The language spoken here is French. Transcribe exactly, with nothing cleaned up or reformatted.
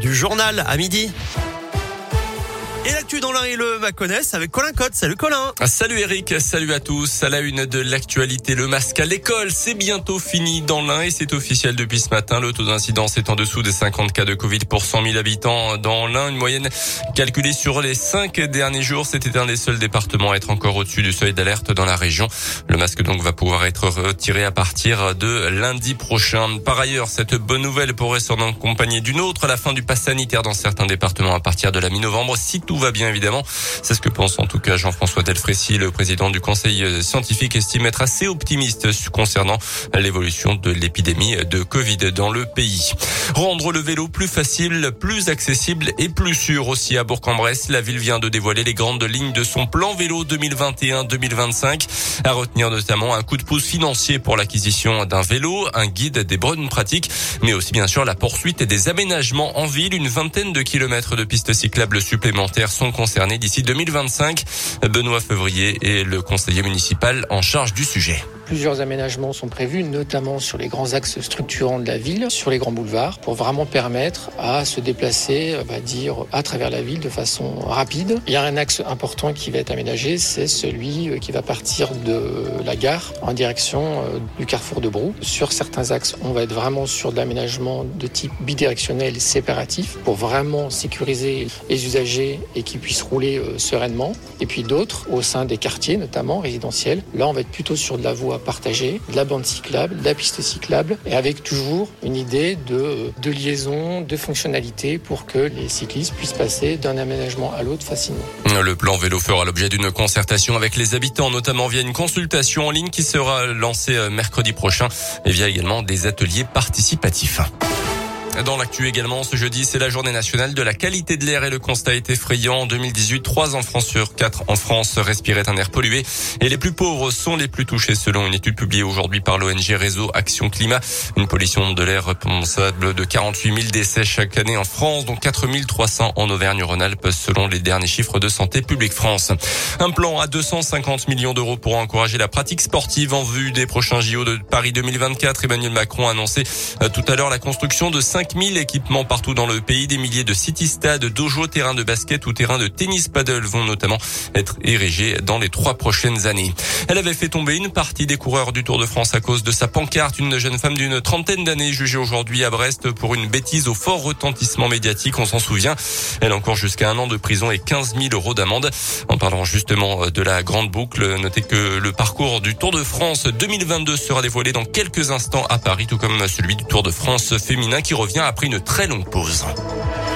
du journal à midi. Et l'actu dans l'Ain et le Mâconnais avec Colin Cotte. Salut Colin. Salut Eric, salut à tous. À la une de l'actualité, le masque à l'école, c'est bientôt fini dans l'Ain et c'est officiel depuis ce matin. Le taux d'incidence est en dessous des cinquante cas de Covid pour cent mille habitants dans l'Ain. Une moyenne calculée sur les cinq derniers jours. C'était un des seuls départements à être encore au-dessus du seuil d'alerte dans la région. Le masque donc va pouvoir être retiré à partir de lundi prochain. Par ailleurs, cette bonne nouvelle pourrait s'en accompagner d'une autre. La fin du pass sanitaire dans certains départements à partir de la mi-novembre. Si tout va bien évidemment, c'est ce que pense en tout cas Jean-François Delfrécy, le président du conseil scientifique, estime être assez optimiste concernant l'évolution de l'épidémie de Covid dans le pays. Rendre le vélo plus facile, plus accessible et plus sûr aussi à Bourg-en-Bresse. La ville vient de dévoiler les grandes lignes de son plan vélo deux mille vingt et un deux mille vingt-cinq. À retenir notamment un coup de pouce financier pour l'acquisition d'un vélo, un guide des bonnes pratiques, mais aussi bien sûr la poursuite des aménagements en ville. Une vingtaine de kilomètres de pistes cyclables supplémentaires sont concernés d'ici deux mille vingt-cinq. Benoît Fevrier est le conseiller municipal en charge du sujet. Plusieurs aménagements sont prévus, notamment sur les grands axes structurants de la ville, sur les grands boulevards, pour vraiment permettre à se déplacer, on va dire, à travers la ville de façon rapide. Il y a un axe important qui va être aménagé, c'est celui qui va partir de la gare en direction du carrefour de Brou. Sur certains axes, on va être vraiment sur de l'aménagement de type bidirectionnel séparatif pour vraiment sécuriser les usagers et qu'ils puissent rouler sereinement. Et puis d'autres, au sein des quartiers, notamment résidentiels, là on va être plutôt sur de la voie à partager, de la bande cyclable, de la piste cyclable, et avec toujours une idée de, de liaison, de fonctionnalité pour que les cyclistes puissent passer d'un aménagement à l'autre facilement. Le plan vélo fera l'objet d'une concertation avec les habitants, notamment via une consultation en ligne qui sera lancée mercredi prochain et via également des ateliers participatifs. Dans l'actu également, ce jeudi, c'est la journée nationale de la qualité de l'air et le constat est effrayant. En deux mille dix-huit, trois enfants sur quatre en France respiraient un air pollué et les plus pauvres sont les plus touchés selon une étude publiée aujourd'hui par l'O N G Réseau Action Climat. Une pollution de l'air responsable de quarante-huit mille décès chaque année en France, dont quatre mille trois cents en Auvergne-Rhône-Alpes selon les derniers chiffres de Santé publique France. Un plan à deux cent cinquante millions d'euros pour encourager la pratique sportive en vue des prochains J O de Paris deux mille vingt-quatre. Emmanuel Macron a annoncé tout à l'heure la construction de cinq mille équipements partout dans le pays. Des milliers de city-stades, dojos, terrains de basket ou terrains de tennis paddle vont notamment être érigés dans les trois prochaines années. Elle avait fait tomber une partie des coureurs du Tour de France à cause de sa pancarte. Une jeune femme d'une trentaine d'années jugée aujourd'hui à Brest pour une bêtise au fort retentissement médiatique. On s'en souvient. Elle encourt jusqu'à un an de prison et quinze mille euros d'amende. En parlant justement de la grande boucle, notez que le parcours du Tour de France deux mille vingt-deux sera dévoilé dans quelques instants à Paris, tout comme celui du Tour de France féminin qui revient après une très longue pause.